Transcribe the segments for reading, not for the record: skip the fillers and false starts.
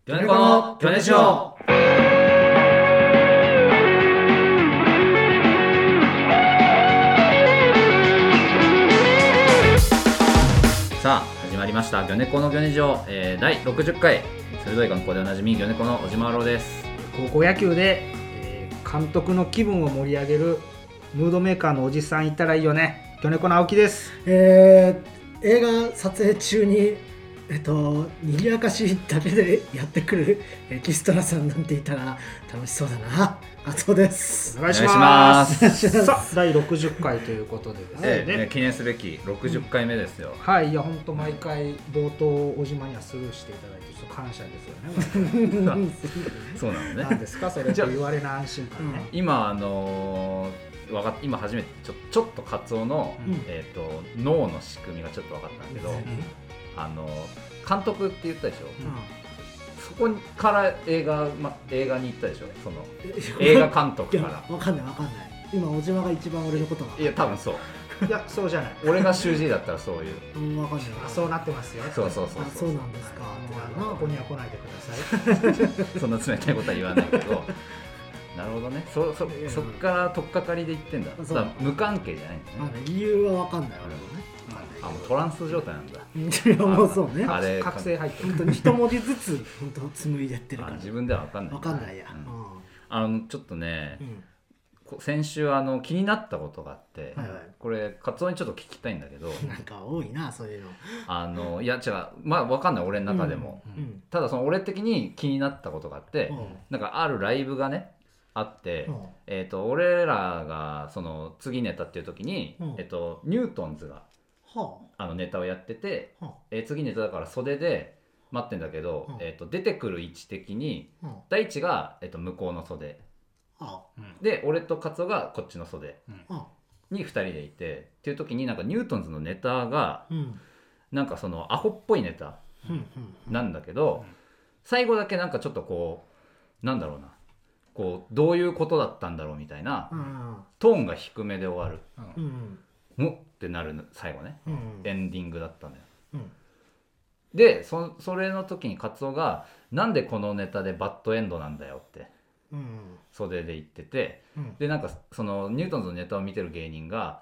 魚猫の魚ネショー。さあ始まりました魚猫の魚ネショー、第60回鋭い眼光でおなじみ魚猫の小島郎です。 高校野球で、監督の気分を盛り上げるムードメーカーのおじさんいたらいいよね。魚猫の青木です。 映画撮影中に賑やかしだけでやってくるエキストラさんなんていたら楽しそうだな。松尾です。 お願いします。さあ第60回ということでですね、 記念すべき60回目ですよ。 はい、いや本当毎回冒頭小島にはスルーしていただいてちょっと感謝ですよね。 そうなのね。 何ですかそれと言われな安心感ね。 今今初めてちょっとカツオの、脳の仕組みがちょっと分かったんだけど、監督って言ったでしょ、そこから映画に行ったでしょ、その映画監督から。 分かんない今小島が一番俺のことが。 いや多分そう。 いやそうじゃない。 俺が主治医だったらそういう。 分かんない。 そうなってますよ。 そうそうなんですか。 ここには来ないでください。 そんな冷たいことは言わないけど。なるほどね。そっから取っかかりで言ってんだ。無関係じゃないんですね。 理由は分かんない俺もね。 もうトランス状態なんだ。 いやもうそうね。 あれ覚醒入ってる。 本当に一文字ずつ本当紡いでってるから。 自分では分かんない。 分かんないや。 ちょっとね、先週気になったことがあって、これカツオにちょっと聞きたいんだけど。 なんか多いなそういうの。いや違う、まあ分かんない俺の中でも。ただその俺的に気になったことがあって、なんかあるライブがね。あって、俺らがその次ネタっていう時に、ニュートンズがネタをやってて、次ネタだから袖で待ってんだけど、出てくる位置的に、第一が、向こうの袖、で俺とカツオがこっちの袖に2人でいてっていう時になんかニュートンズのネタが、なんかそのアホっぽいネタなんだけど、最後だけなんかちょっとこうなんだろうな、こうどういうことだったんだろうみたいな、トーンが低めで終わる、もってなる最後ね、エンディングだったのよ、でそれの時にカツオがなんでこのネタでバッドエンドなんだよって、袖で言ってて、でなんかそのニュートンズのネタを見てる芸人が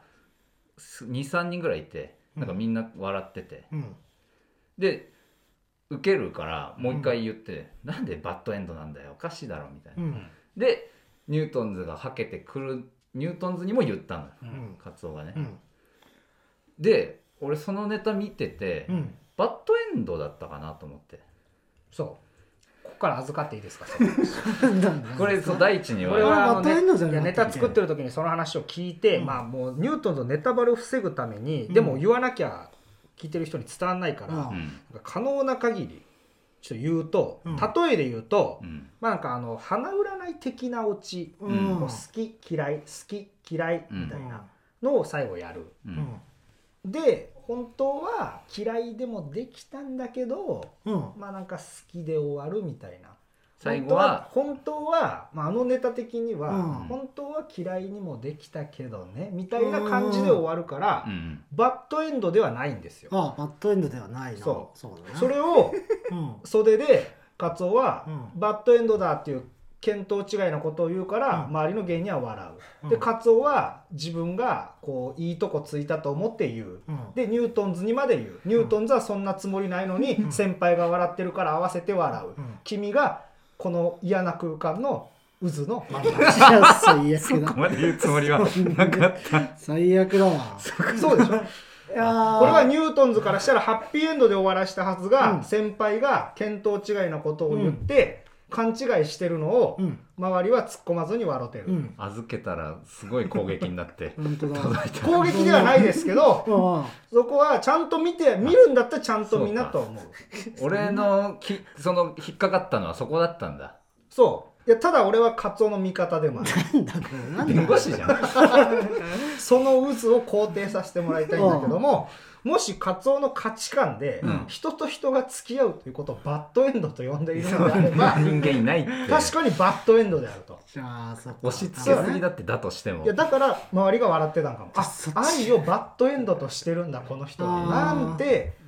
2,3 人ぐらいいて、なんかみんな笑ってて、でウケるからもう一回言って、なんでバッドエンドなんだよおかしいだろみたいな、でニュートンズがはけてくるニュートンズにも言ったのよ、カツオがね、で俺そのネタ見てて、バッドエンドだったかなと思って。 そうここから預かっていいですかこれ第一には俺はネタ作ってる時にその話を聞いて、まあもうニュートンズのネタバレを防ぐために、でも言わなきゃ聞いてる人に伝わらないから、可能な限りちょっと言うと、例えで言うと、まあなんか花占い的なオチ、好き嫌いみたいなのを最後やる、で本当は嫌いでもできたんだけど、まあなんか好きで終わるみたいな、 最後は本当は、まあ、ネタ的には、本当は嫌いにもできたけどねみたいな感じで終わるから、バッドエンドではないんですよ。 バッドエンドではないな。 それを、袖でカツオは、バッドエンドだっていう見当違いのことを言うから、周りの芸人は笑う、でカツオは自分がこういいとこついたと思って言う、でニュートンズにまで言う、ニュートンズはそんなつもりないのに、先輩が笑ってるから合わせて笑う、君がこの嫌な空間の渦の真ん中。 最悪だ。 そこまで言うつもりはなかった。 最悪だわ。 そうでしょ。これはニュートンズからしたらハッピーエンドで終わらしたはずが、先輩が見当違いなことを言って、勘違いしてるのを、周りは突っ込まずに笑ってる、 預けたらすごい攻撃になって攻撃ではないですけど、そこはちゃんと見るんだったらちゃんと見なと思う。 俺のその引っかかったのはそこだったんだ。 そういや、ただ俺はカツオの味方でもある。 弁護士じゃん。 その渦を肯定させてもらいたいんだけども、もしカツオの価値観で、人と人が付き合うということをバッドエンドと呼んでいるのであれば、 人間いないって確かにバッドエンドであると。 押し付けすぎだって、だとしても。 いやだから周りが笑ってたんかも。愛をバッドエンドとしてるんだこの人はなんて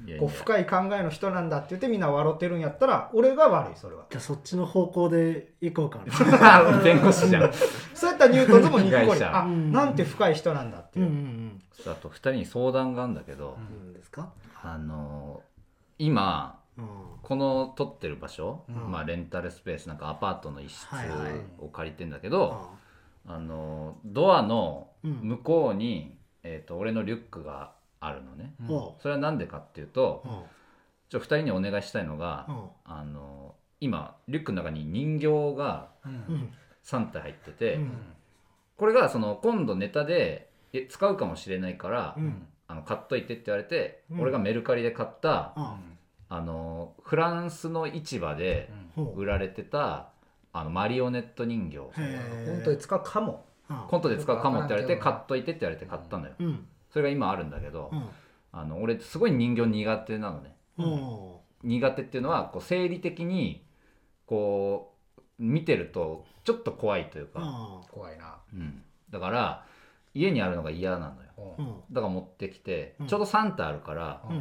こう深い考えの人なんだって言ってみんな笑ってるんやったら俺が悪い。それはじゃあそっちの方向で行こうかな弁護士じゃんそうやったらニュートンズもにっこり被害者なんて深い人なんだっていう、 あと2人に相談があるんだけど、 ですか今この撮ってる場所、レンタルスペースなんかアパートの一室を借りてんだけど、ドアの向こうに、俺のリュックがあるのね、それはなんでかっていうと、2人にお願いしたいのが、今リュックの中に人形が3体入ってて、これが今度ネタで使うかもしれないから、買っといてって言われて、俺がメルカリで買った、フランスの市場で売られてたマリオネット人形、 本当に使うかもコントで使うかもって言われて買っといてって言われて買ったのよ、それが今あるんだけど、俺すごい人形苦手なのね、苦手っていうのはこう生理的にこう見てるとちょっと怖いというか、 怖いな、 だから家にあるのが嫌なのよ、だから持ってきて、ちょうど3体あるから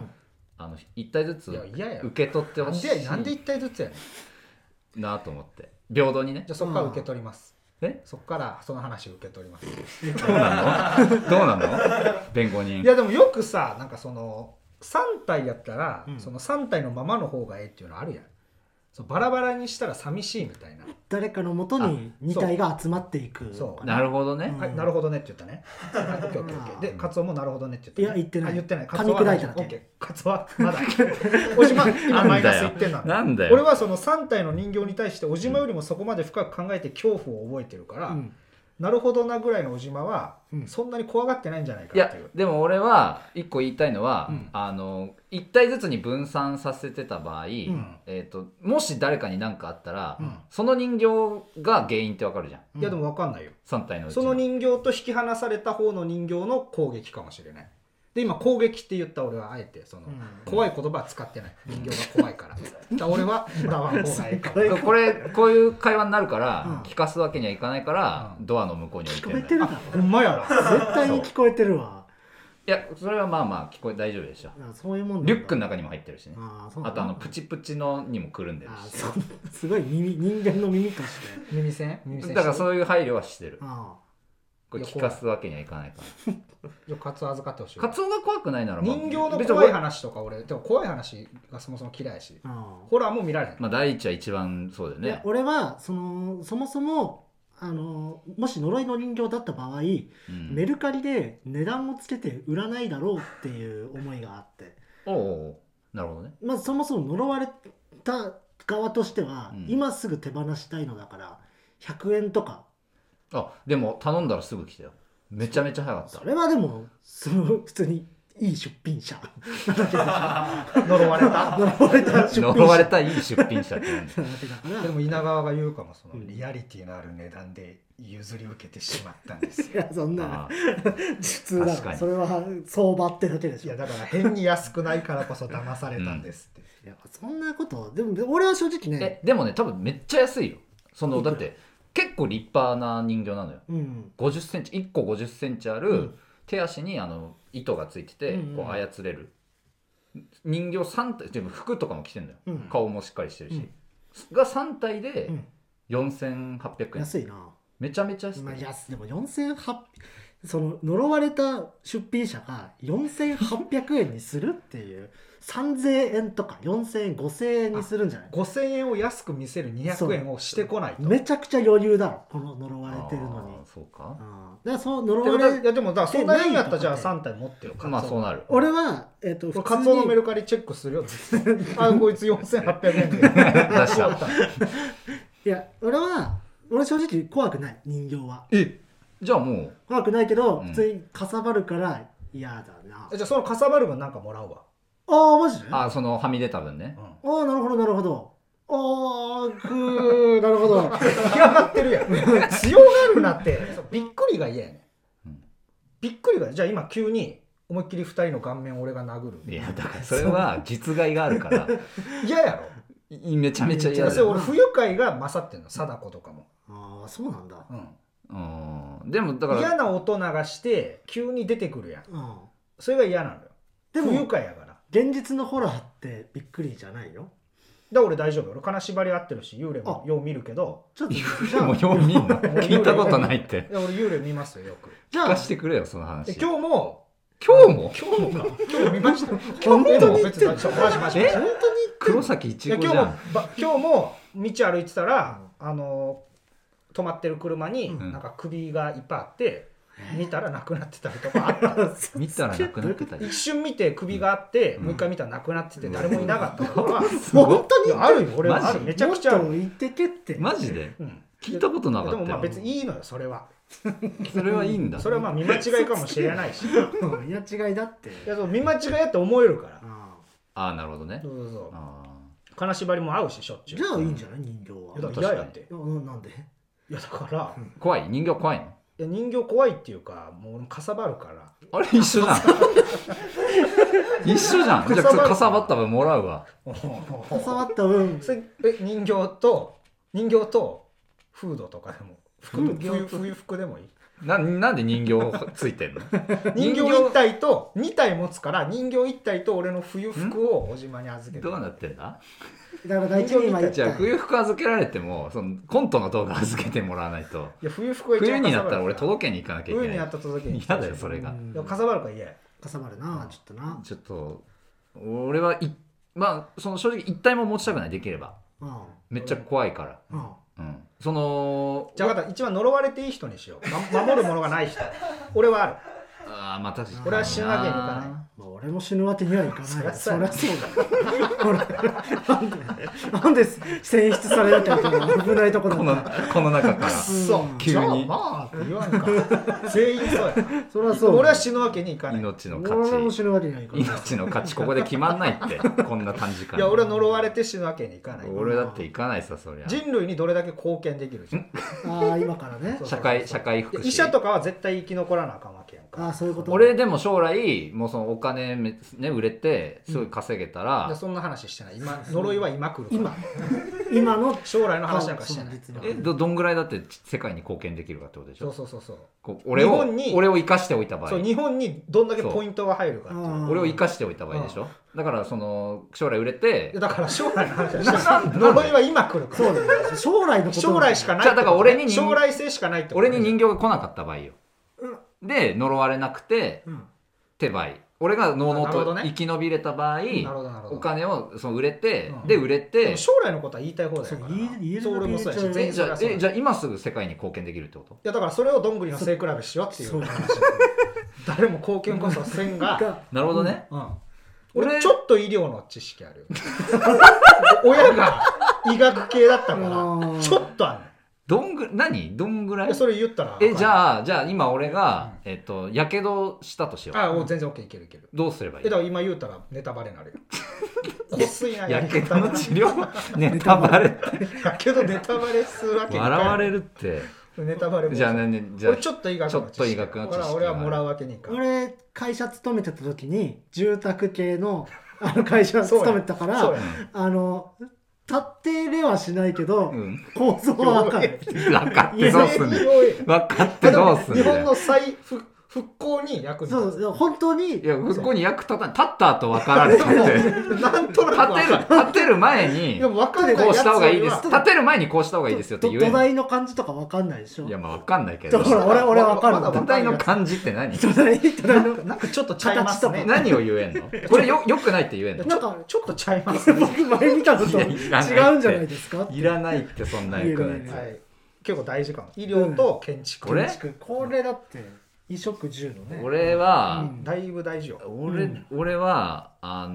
、1体ずつ受け取ってほしい。 なんで1体ずつやねんなと思って平等にね。 じゃあそこから受け取ります。そこからその話を受け取ります。 どうなの弁護人。 いやでもよくさ、なんかその3体やったら、その3体のままの方がええっていうのあるやん。バラバラにしたら寂しいみたいな、 誰かのもとに2体が集まっていく。 なるほどね、 はい、なるほどねって言ったね。でカツオもなるほどねって言った。 いや言ってない、 言ってない。 噛み砕いただけ。 カツオはまだ小島今マイナス1点なの。 なんだよ。 俺はその3体の人形に対して小島よりもそこまで深く考えて恐怖を覚えてるから、なるほどなぐらいの小島はそんなに怖がってないんじゃないかっていう。 いやでも俺は一個言いたいのは、1体ずつに分散させてた場合、もし誰かに何かあったら、その人形が原因ってわかるじゃん。 いやでも分かんないよ。 3体のうちその人形と引き離された方の人形の攻撃かもしれない。で今攻撃って言った俺はあえてその怖い言葉は使ってない。人形が怖いから。だ俺は歌わん方がいいかも。 こういう会話になるから聞かすわけにはいかないから、ドアの向こうに置いてるんだよ。 ほんまやな。 絶対に聞こえてるわ。 いやそれはまあまあ聞こえ大丈夫でしょ。 そういうもん。 リュックの中にも入ってるしね。あとプチプチのにもくるんでるし。 すごい人間の耳として。 耳栓だからそういう配慮はしてる。これ聞かすわけにはいかないから。 カツオ預かってほしい。 カツオが怖くないなら、 人形の怖い話とか俺でも怖い話がそもそも嫌いし、ホラーも見られへん。 まあ第一は一番そうだよね。 いや俺はそもそももし呪いの人形だった場合、メルカリで値段をつけて売らないだろうっていう思いがあって。 なるほどね。 まずそもそも呪われた側としては、今すぐ手放したいのだから100円とか。 でも頼んだらすぐ来たよ。めちゃめちゃ早かった。 それはでも普通にいい出品者呪われたいい出品者ってでも稲川が言うかも、そのリアリティのある値段で譲り受けてしまったんですよ。 いやそんな普通だから、それは相場ってだけでしょ。 いやだから変に安くないからこそ騙されたんですって。 いやそんなことでも俺は正直ね。 でもね多分めっちゃ安いよ。だって結構立派な人形なのよ、50センチ1個50センチある、手足に糸がついてて、こう操れる人形3体、でも服とかも着てんだよ、顔もしっかりしてるし、が3体で4800円。 安いな。 めちゃめちゃ安い。 でも4800その呪われた出品者が4800円にするっていう3000円とか4000円5000円にするんじゃない。 5000円を安く見せる200円をしてこないと。 めちゃくちゃ余裕だろこの呪われてるのに。 そうか。 だからそう呪われ。 いやでもそんなにやったらじゃあ3体持ってよ。 まあそうなる。 俺はカツオのメルカリチェックするよ。こいつ4800円で出した。 いや俺正直怖くない人形は。 じゃあもう怖くないけど、普通にかさばるから嫌だな。 じゃあそのかさばる分なんかもらうわ。 マジで。 そのはみ出た分ね。 なるほどなるほど。なるほど。 干上がってるやん。強がるなって。びっくりが嫌やね。びっくりが。じゃあ今急に思いっきり2人の顔面を俺が殴る。 いやだからそれは実害があるから嫌やろ。 めちゃめちゃ嫌だよ。 俺不愉快が勝ってんの。貞子とかも。 そうなんだ。 でもだから嫌な音流して急に出てくるやん、それが嫌なのよ。不愉快やから。 現実のホラーってびっくりじゃないの？ だから俺大丈夫よ。俺金縛り合ってるし幽霊もよう見るけど。 ちょっと幽霊もよう見んの聞いたことないって。 いや俺幽霊見ますよよく。 聞かしてくれよその話。 今日も今日も見ました。 本当に別にマジ本当に黒崎いちごじゃん。 今日も道歩いてたら止まってる車になんか首がいっぱいあって、見たらなくなってたりとかあった見たらなくなってたり一瞬見て首があって、もう一回見たらなくなってて誰もいなかったから本当にあるよ俺はあるめちゃくちゃある。 言ってけってマジで、聞いたことなかったよ。 でもまあ別にいいのよそれは。 それはいいんだ。 それはまあ見間違いかもしれないし見間違いだって。いやそう見間違いやって思えるから。 ああなるほどね。 そう金縛りも合うししょっちゅう。 じゃあいいんじゃない人形は。 いや嫌やって。 なんで？ いやだから怖い人形怖いの？ いや人形怖いっていうかもうかさばるから。 あれ一緒じゃん一緒じゃん。じゃあかさばった分もらうわ。 かさばった分人形とフードとかでも冬服でもいい。 なんで人形ついてんの？ 人形1体と2体持つから人形1体と俺の冬服を小島に預けて。 どうなってんだ？ だから大事に今言った。 じゃあ冬服預けられてもそのコントの動画預けてもらわないと。 いや冬服は一冬になったら俺届けに行かなきゃいけない。 冬になったら届けに行嫌だよそれが。 いやかさばるから嫌や。 かさばるなちょっとな。 ちょっと俺はまあその正直一体も持ちたくないできれば。めっちゃ怖いから。そのじゃあ一番呪われていい人にしよう。守るものがない人。俺はある。 ああまあ確かに。 俺は死ぬわけにいかない。 俺も死ぬわけにはいかない。そりゃそうだ。なんで選出されなきゃいけない危ないところこの中から急に。まあって言わんか。全員そうや。 そりゃそう。 俺は死ぬわけにいかない。 命の価値。 俺も死ぬわけにはいかない。 命の価値ここで決まんないってこんな短時間。 いや俺は呪われて死ぬわけにいかない。 俺だっていかないさそりゃ。 人類にどれだけ貢献できるじゃん。 ああ今からね。 社会福祉。 医者とかは絶対生き残らなあかんわけやんか。 あそういうこと。 俺でも将来もうそのお金ね売れてすごい稼げたら、 そんな話してない。今呪いは今来るから。 今の将来の話なんかしてない。 どんぐらいだって世界に貢献できるかってことでしょ。 そう俺を生かしておいた場合。 そう日本にどんだけポイントが入るかっていう。 俺を生かしておいた場合でしょ。だからその将来売れて。 だから将来の話は呪いは今来るから。 そうだよ。将来のこと。 将来しかない。 じゃあだから俺に将来性しかないってこと。 俺に人形が来なかった場合よ。で呪われなくて手場合。俺がのうのうと生き延びれた場合、お金を売れて、で売れて将来のことは言いたい方だよから。そう俺もそうやし全員そうや。 じゃあ今すぐ世界に貢献できるってこと？ いやだからそれをどんぐりの背比べしようっていう話。誰も貢献こそせんが。 なるほどね。 俺ちょっと医療の知識あるよ。親が医学系だったからちょっとある。 どんぐらい？ それ言ったらじゃあ今俺がやけどしたとしよう。 全然 OK いける。どうすればいい？ だから今言うたらネタバレになるよ。こすいなやけどの治療ネタバレ。 やけどネタバレするわけにいかない。 笑われるって。 ネタバレも。 じゃあ俺ちょっと医学の知識。俺はもらうわけにいかない。 俺会社勤めてた時に住宅系の会社勤めてたから立ってれはしないけど、構造は分かる。 分かってどうすんねん。分かってどうすんねん。 日本の復興に役に立つ。 そう本当に。 いや復興に役立たない。立った後分かられたって。 なんとなく立てる前にこうした方がいいです。立てる前にこうした方がいいですよって言える。 土台の感じとか分かんないでしょ。 いやまあ分かんないけど。 俺分かる。 土台の感じって何？ 土台のなんかちょっとちゃいますね。 何を言えんの？これよくないって言えんの？ なんかちょっとちゃいますね。 僕前見たのと違うんじゃないですか？ いらないってそんなよくない。 結構大事かも。医療と建築。 これだって衣食住のね。 俺はだいぶ大事よ。 俺は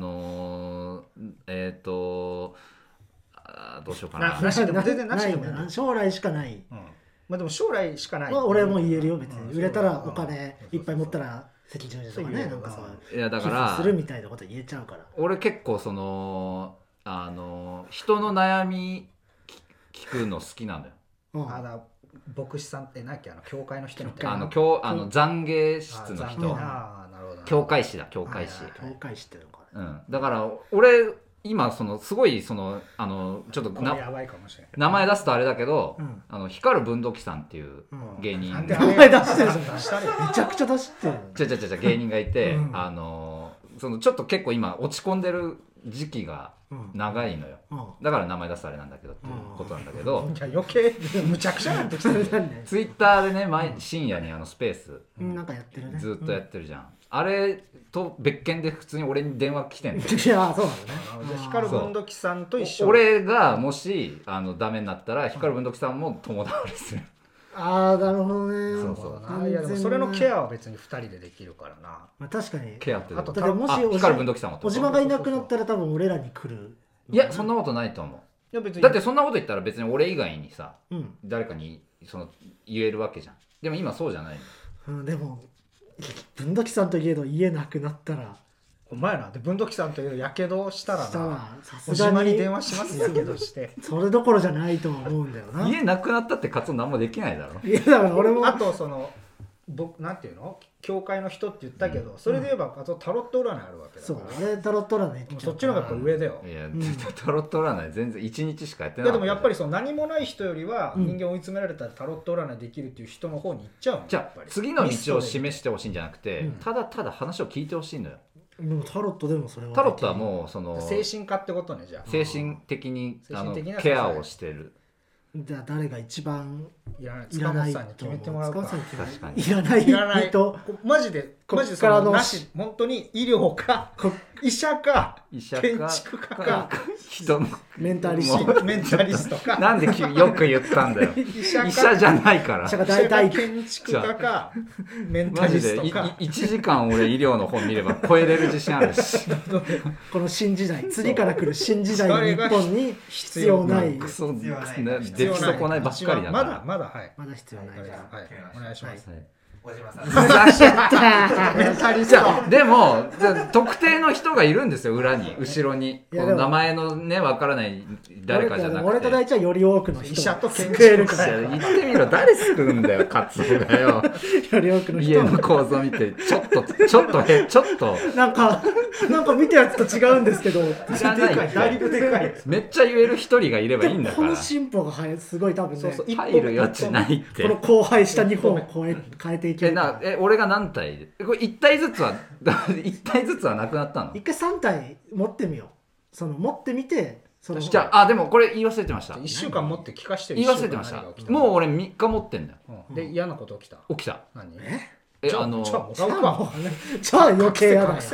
どうしようかな。 全然なしでもいい。 将来しかない。 まあでも将来しかない。 俺も言えるよ別に。売れたらお金いっぱい持ったら赤十字とかねなんかいやだからするみたいなこと言えちゃうから。 俺結構その人の悩み聞くの好きなんだよ。 牧師さんって何やっけ教会の人みたいな。 懺悔室の人。教会師だ教会師。 教会師っていうのか。 だから俺今すごいちょっと名前出すとあれだけど、光る文土器さんっていう芸人、 名前出してるめちゃくちゃ出してる芸人がいて、 そのちょっと結構今落ち込んでる時期が長いのよ、だから名前出すあれなんだけどっていうことなんだけど、 じゃあ余計むちゃくちゃなってきてるツイッターでね深夜にスペースなんかやってるね、 ずっとやってるじゃん、あれと別件で普通に俺に電話来てんの。 いやそうなのね。 じゃあ光文土器さんと一緒。 俺がもしダメになったら光文土器さんも友達する。 ああなるほどね。 そうそう。 いやでもそれのケアは別に2人でできるからな。 まあ確かに。 ケアってあとだからもし光文土器さんも。 小島がいなくなったら多分俺らに来る。 いやそんなことないと思う。 いや別にだってそんなこと言ったら別に俺以外にさ、 うん、 誰かに言えるわけじゃん。でも今そうじゃないの。うん、でも文土器さんといえど家なくなったら。 お前らで文土器さんというやけどしたらな、 小島に電話しますやけどしてそれどころじゃないとは思うんだよな。 家なくなったって活動何もできないだろ。 いやだから俺もあと僕なんていうの教会の人って言ったけど、それで言えばあとタロット占いあるわけだから。 そう俺タロット占いそっちの方がやっぱ上だよ。 いや、タロット占い全然1日しかやってない。 いやでもやっぱり何もない人よりは人間追い詰められたらタロット占いできるっていう人の方に行っちゃうの。 じゃあ次の道を示してほしいんじゃなくて、ただただ話を聞いてほしいのよ。 でもタロットでもそれはタロットはもう精神科ってことね。じゃあ精神的にケアをしてる。 じゃあ誰が一番いらないさんに決めてもらうか。 確かにいらないとマジでなし、本当に医療か医者か建築家か人のメンタリストかなんでよく言ったんだよ。医者じゃないから。 医者が大体建築家かメンタリストか。 マジで1時間俺医療の本見れば超えれる自信あるしこの新時代次から来る新時代の日本に必要ないクソ出来損ないばっかりだから。 まだはいまだ必要ないじゃん。 はいお願いします。 小島さんメンタリスト。 でも特定の人がいるんですよ、裏に後ろに。この名前のね分からない誰かじゃなくて、 俺と大地はより多くの人医者と建救える築家。 言ってみろ、誰救うんだよカツオがよ。 より多くの人家の構造見てちょっとなんか見たやつと違うんですけど知らない。 だいぶでかい。 めっちゃ言える一人がいればいいんだから。 この進歩がすごい多分ね入る余地ないって。 この荒廃した日本を変えていける。 俺が何体でこれ1体ずつは1体ずつはなくなったの。 一回3体持ってみよう。持ってみてじゃあでもこれ言い忘れてました。 1週間持って聞かして言い忘れてました。もう俺3日持ってんだよ。 で嫌なこと起きた。何？じゃあ余計やだよ。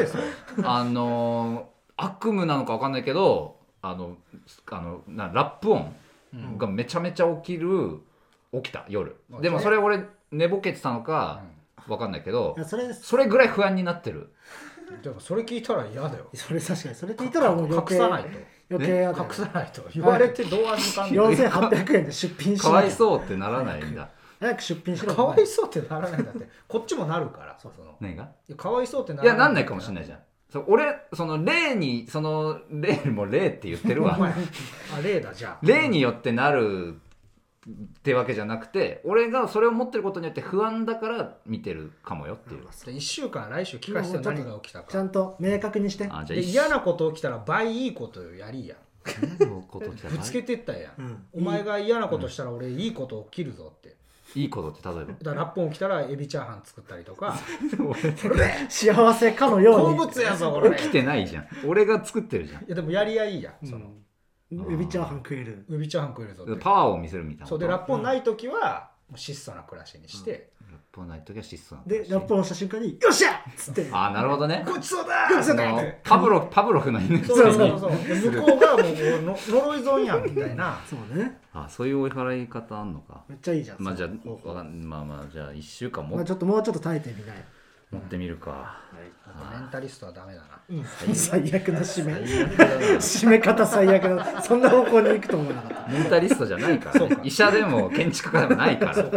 悪夢なのか分かんないけどラップ音がめちゃめちゃ起きた夜。でもそれ俺寝ぼけてたのか分かんないけど、それぐらい不安になってる。 でもそれ聞いたら嫌だよ。 それ確かにそれ聞いたらもう隠さないと。 余計嫌だよ。 隠さないと言われてどう預かんの。 4800円で出品しかわいそうってならないんだ。 早く出品しろ。 かわいそうってならないんだって。こっちもなるから。 何が？ かわいそうってならない。 いやなんないかもしれないじゃん。俺霊も霊って言ってるわ。 霊だじゃあ。 霊によってなるってわけじゃなくて、俺がそれを持ってることによって不安だから見てるかもよっていう。 1週間来週聞かせて何が起きたかちゃんと明確にして。 嫌なこと起きたら倍いいことやりや。ぶつけてったやん。お前が嫌なことしたら俺いいこと起きるぞって。 いいことって例えばだからラップ音起きたらエビチャーハン作ったりとか幸せかのように好物やぞこれ。 起きてないじゃん。俺が作ってるじゃん。 いやでもやりやいいやん。 エビチャーハン食える。 エビチャーハン食えるぞって。 パワーを見せるみたいな。 そうでラップ音ない時は質素な暮らしにして。 ラップ音ない時は質素な。 でラップ音した瞬間によっしゃっつって。 ああなるほどね。 ごちそうだ。 パブロフの犬。 そう向こうがもう呪い損やんみたいな。 そうね。 そういう追い払い方あんのか。 めっちゃいいじゃん。 まあじゃあじゃあ1週間ももうちょっと耐えてみない。 持ってみるか。 メンタリストはダメだな。 最悪な締め方最悪だ。そんな方向に行くと思わなかった。 メンタリストじゃないからね。医者でも建築家でもないから。はい。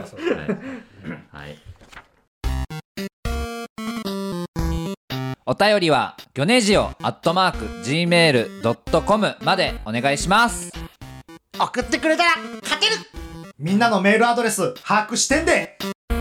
お便りはギョネジオ@gmail.com までお願いします。 送ってくれたら勝てる。みんなのメールアドレス把握してんで。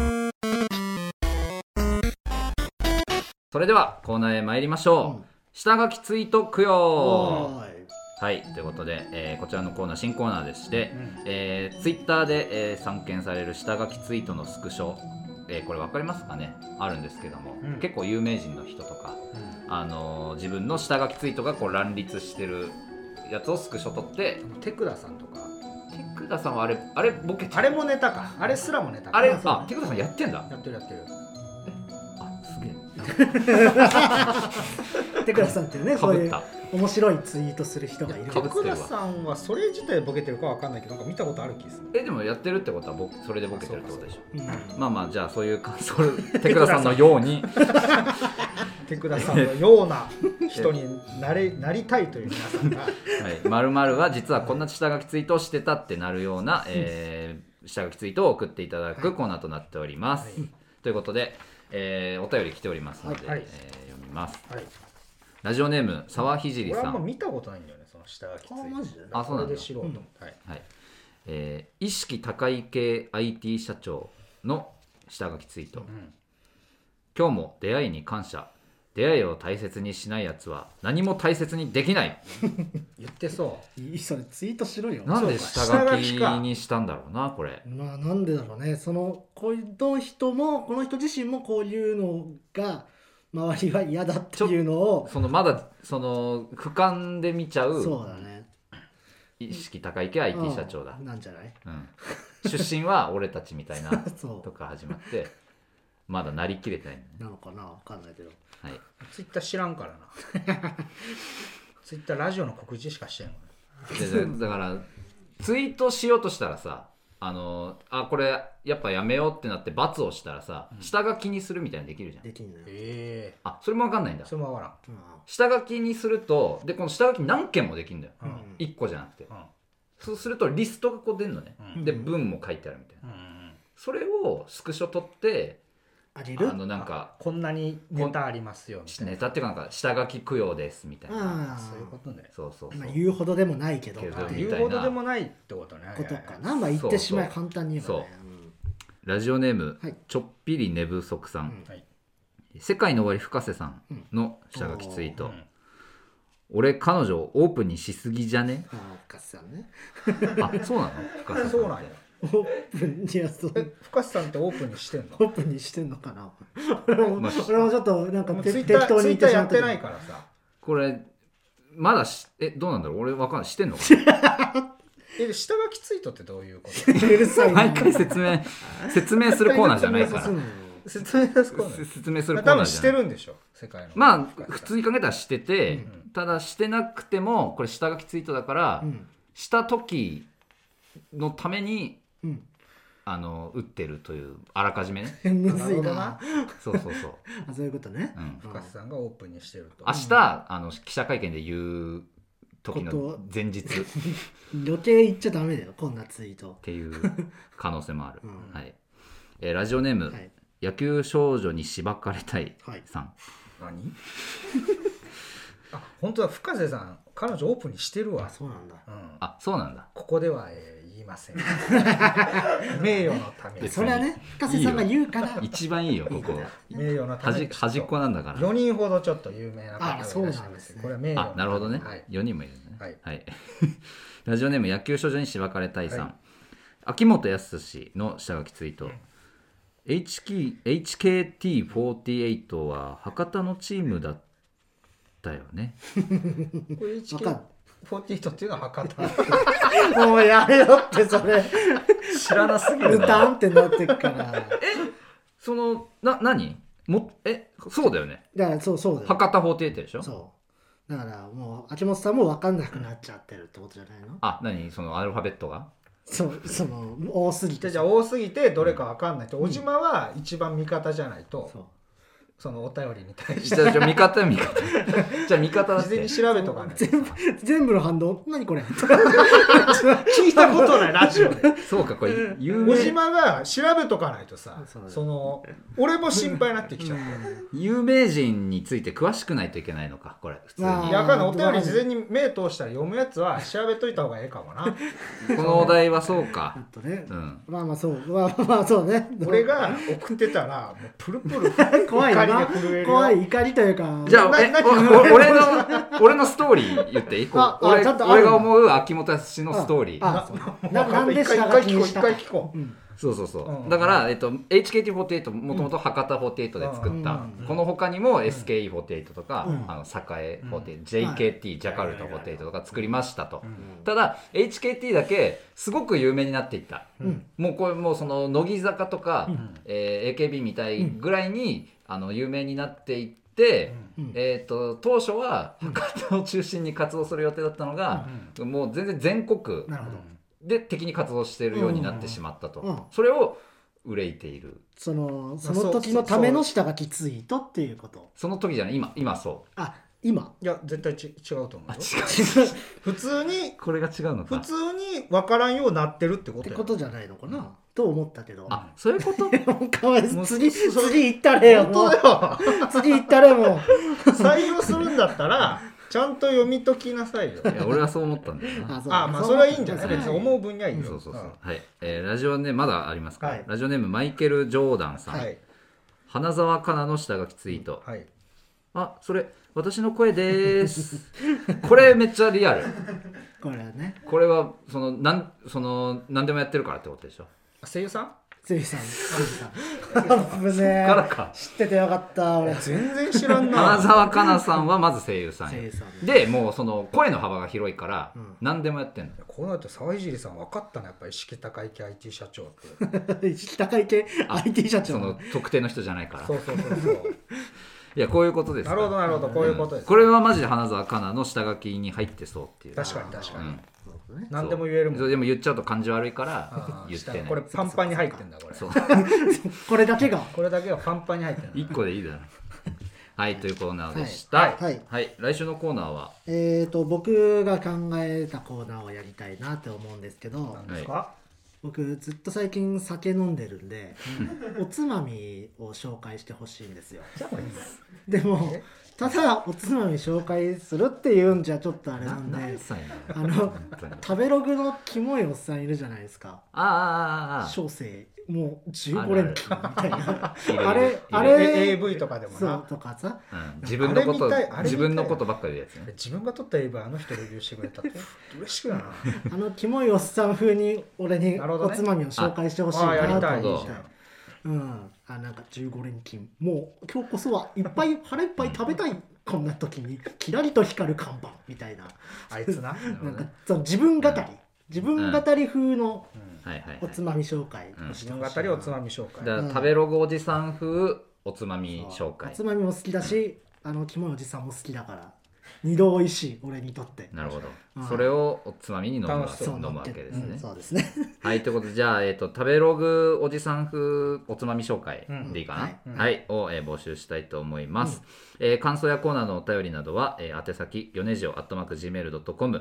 それではコーナーへ参りましょう。下書きツイート供養。はい、ということで、こちらのコーナー新コーナーでして、ツイッターで、散見される下書きツイートのスクショ、これ分かりますかね、あるんですけども、結構有名人の人とか、 自分の下書きツイートがこう乱立してるやつをスクショ撮って。 手倉さんとか。 手倉さんはあれボケてる。 あれもネタか。あれすらもネタか。 あれ手倉さんやってんだ。 やってる。 すげえ。 手倉さんっていうね、 かぶった。 面白いツイートする人がいる。 手倉さんはそれ自体ボケてるかわかんないけど、なんか見たことある気がする。 でもやってるってことはそれでボケてるってことでしょ。まあじゃあそういう手倉さんのように手倉さんのような人になりたいという皆さんが 〇〇は実はこんな下書きツイートをしてたってなるような、下書きツイートを送っていただくコーナーとなっております。ということで、お便り来ておりますので、読みます。ラジオネーム沢ひじりさん。 俺はもう見たことないんだよね、その下書きツイート。 マジで？ そうなんだ。知ろうと思って。 意識高い系 IT 社長の下書きツイート。今日も出会いに感謝。出会いを大切にしないやつは何も大切にできない。 言ってそう。 それツイートしろよ。 なんで下書きにしたんだろうなこれ。 まあなんでだろうね。この人もこの人自身もこういうのが周りは嫌だっていうのをまだ俯瞰で見ちゃう。 そうだね。 意識高い系 IT 社長だ。 なんじゃない？ 出身は俺たちみたいなとか始まってまだなりきれてない。 なのかな、わかんないけど。 ツイッター知らんからな。ツイッターラジオの告示しかしてんの。だからツイートしようとしたらさ、これやっぱやめようってなって罰をしたらさ、下書きにするみたいなのできるじゃん。 できんのよ。 それも分かんないんだ。 それも分からん。 下書きにするとこの下書き何件もできるんだよ。1個じゃなくて。そうするとリストがこう出るのね。で文も書いてあるみたいな。それをスクショ取ってなんかこんなにネタありますよみたいな。 ネタっていうかなんか下書き供養ですみたいな。 そういうことね。 そう。 言うほどでもないけど。 言うほどでもないってことね。 ことかな。言ってしまい簡単に言えばね。 ラジオネームちょっぴり寝不足さん。世界の終わり深瀬さんの下書きツイート。俺彼女をオープンにしすぎじゃね？ 深瀬さんね。 そうなの？深瀬さん。 そうなんや。 オープンに深瀬さんってオープンにしてんの？ オープンにしてんのかな。俺もちょっとなんか適当に言ってしまってないからさ。 これまだどうなんだろう。俺わかんない。してんのかな。下書きツイートってどういうこと？ うるさい。 毎回説明するコーナーじゃないから。 説明するコーナー。 説明するコーナーじゃない。 多分してるんでしょ。世界の。 まあ普通に考えたらしてて、ただしてなくてもこれ下書きツイートだから、した時のために。打ってるというあらかじめね。 むずいな。 そうそういうことね。 深瀬さんがオープンにしてると。 明日記者会見で言う時の前日余計言っちゃダメだよこんなツイートっていう可能性もある。ラジオネーム野球少女にしばかれたいさん。 何？本当だ。深瀬さん彼女オープンにしてるわ。 そうなんだ。 そうなんだ。 ここでは言いません。名誉のために。 それはね深瀬さんが言うから一番いいよここ。 名誉のために端っこなんだから。 4人ほどちょっと有名な方がいらっしゃいます。これは名誉。 なるほどね。4人もいるね。ラジオネーム野球少女にしばかれたいさん。秋元康の下書きツイート。HKT48 は博多のチームだったよね。 これ HKT48 っていうのは博多。 もうやめろってそれ知らなすぎるな。 歌んってなってくから。 何？そうだよね。 だからそうだよ。 博多48でしょ。 そう。だからもう秋元さんも分かんなくなっちゃってるってことじゃないの？ 何そのアルファベットが？ 多すぎて。 じゃあ多すぎてどれか分かんないと。小島は一番味方じゃないと。そのお便りに対して。 じゃあ味方。じゃあ味方だって。 事前に調べとかない。 全部の反応何これ？ 聞いたことないラジオで。 そうかこれ小島が調べとかないとさ、俺も心配になってきちゃって。 有名人について詳しくないといけないのかこれ普通に。 お便り事前に目通したら読むやつは調べといた方がいいかもな。 このお題はそうか。 まあそうね。 俺が送ってたらもうプルプル怖いな。怖い怒りというか。 じゃあ俺のストーリー言っていい？俺が思う秋元康のストーリー。 なんで一回聞こう。 そうそうそう、だから、HKT48 もともと博多48で作った、この他にも SKE48 とか、栄48、JKT ジャカルタ48とか作りましたと、ただ HKT だけすごく有名になっていった、もうこれもうその乃木坂とか、AKB みたいぐらいに有名になっていって、当初は博多を中心に活動する予定だったのが、もう全然全国で敵に活動しているようになってしまったと、それを憂いている。 その時のための下書きツイートっていうこと。 その時じゃない、今そう。 今いや絶対違うと思うよ。普通にこれが違うのか。 普通に分からんようになってるってことってことじゃないのかな、と思ったけど。 そういうこと。 かわいそう。次行ったれよ。 本当よ。 次行ったれも。 採用するんだったらちゃんと読み解きなさいよ。 いや俺はそう思ったんだよな。 まあそれはいいんじゃない。別に思う分にはいいよ。 そうそうそう。はい。ラジオネームまだありますか。ラジオネームマイケル・ジョーダンさん。花澤香菜の下書きツイート。それ私の声ですこれめっちゃリアル。 これはね、 これは何でもやってるからってことでしょ。 声優さん危ねえ。知っててよかった。俺全然知らんな。 花澤香菜さんはまず声優さんで、もうその声の幅が広いから何でもやってんの。 こうなると沢井さん分かったな、やっぱり意識高い系 IT 社長って。 意識高い系 IT 社長、 その特定の人じゃないから。 そういやこういうことです。 なるほどこういうことです。 これはマジで花澤香菜の下書きに入ってそうっていう。 確かに何でも言えるもん。 でも言っちゃうと感じ悪いから言ってね。 これパンパンに入ってんだこれ。 これだけがパンパンに入ってんだ。 1個でいいだろ。はいというコーナーでした。はい来週のコーナーは僕が考えたコーナーをやりたいなって思うんですけど。 何ですか。 僕ずっと最近酒飲んでるんでおつまみを紹介してほしいんですよ。でもただおつまみ紹介するっていうんじゃちょっとあれなんで、食べログのキモいおっさんいるじゃないですか。小生もう15連勤みたいなあれ AV とかでもなとかさ、 自分のことばっかりやつね。 自分が撮った AV レビューしてくれたって嬉しくない。 キモいおっさん風に俺におつまみを紹介してほしいなと思って。なんか15連勤もう今日こそはいっぱい腹いっぱい食べたいこんな時にキラリと光る看板みたいな、 あいつななんか自分語り風のおつまみ紹介、 自分語りおつまみ紹介だから食べログおじさん風おつまみ紹介。 おつまみも好きだしキモいおじさんも好きだから二度おいしい俺にとって。 なるほど。それをおつまみに飲むわけですね。 そうですね。 はいということでじゃあ食べログおじさん風おつまみ紹介でいいかな。はいを募集したいと思います。感想やコーナーのお便りなどは宛先ヨネジオ@gmail.com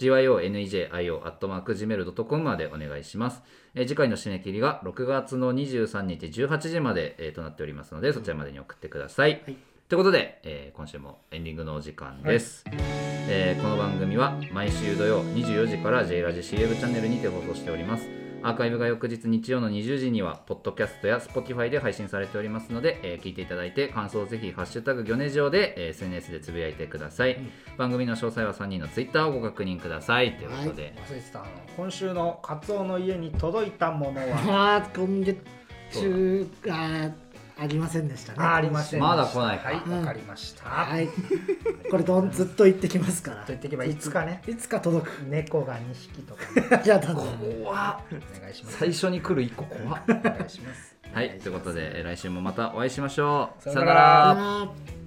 gyonejio@gmail.com までお願いします。次回の締め切りが6月の23日18時までとなっておりますのでそちらまでに送ってください。ということで、今週もエンディングのお時間です。この番組は毎週土曜24時から J ラジ CM チャンネルにて放送しております。アーカイブが翌日日曜の20時にはポッドキャストや Spotify で配信されておりますので、聞いていただいて感想をぜひハッシュタグギョネジオで、SNS でつぶやいてください。番組の詳細は3人の Twitter をご確認くださいということで、 忘れてた今週のカツオの家に届いたものは今月中ありませんでしたね。 ありません。 まだ来ないか。 はい、わかりました。 これずっと言ってきますから。 言ってけばいつかね。 いつか届く。 猫が2匹とか。 やだな。 怖っ。 お願いします。 最初に来る1個怖っ。 お願いします。 はい、ということで来週もまたお会いしましょう。 さよなら。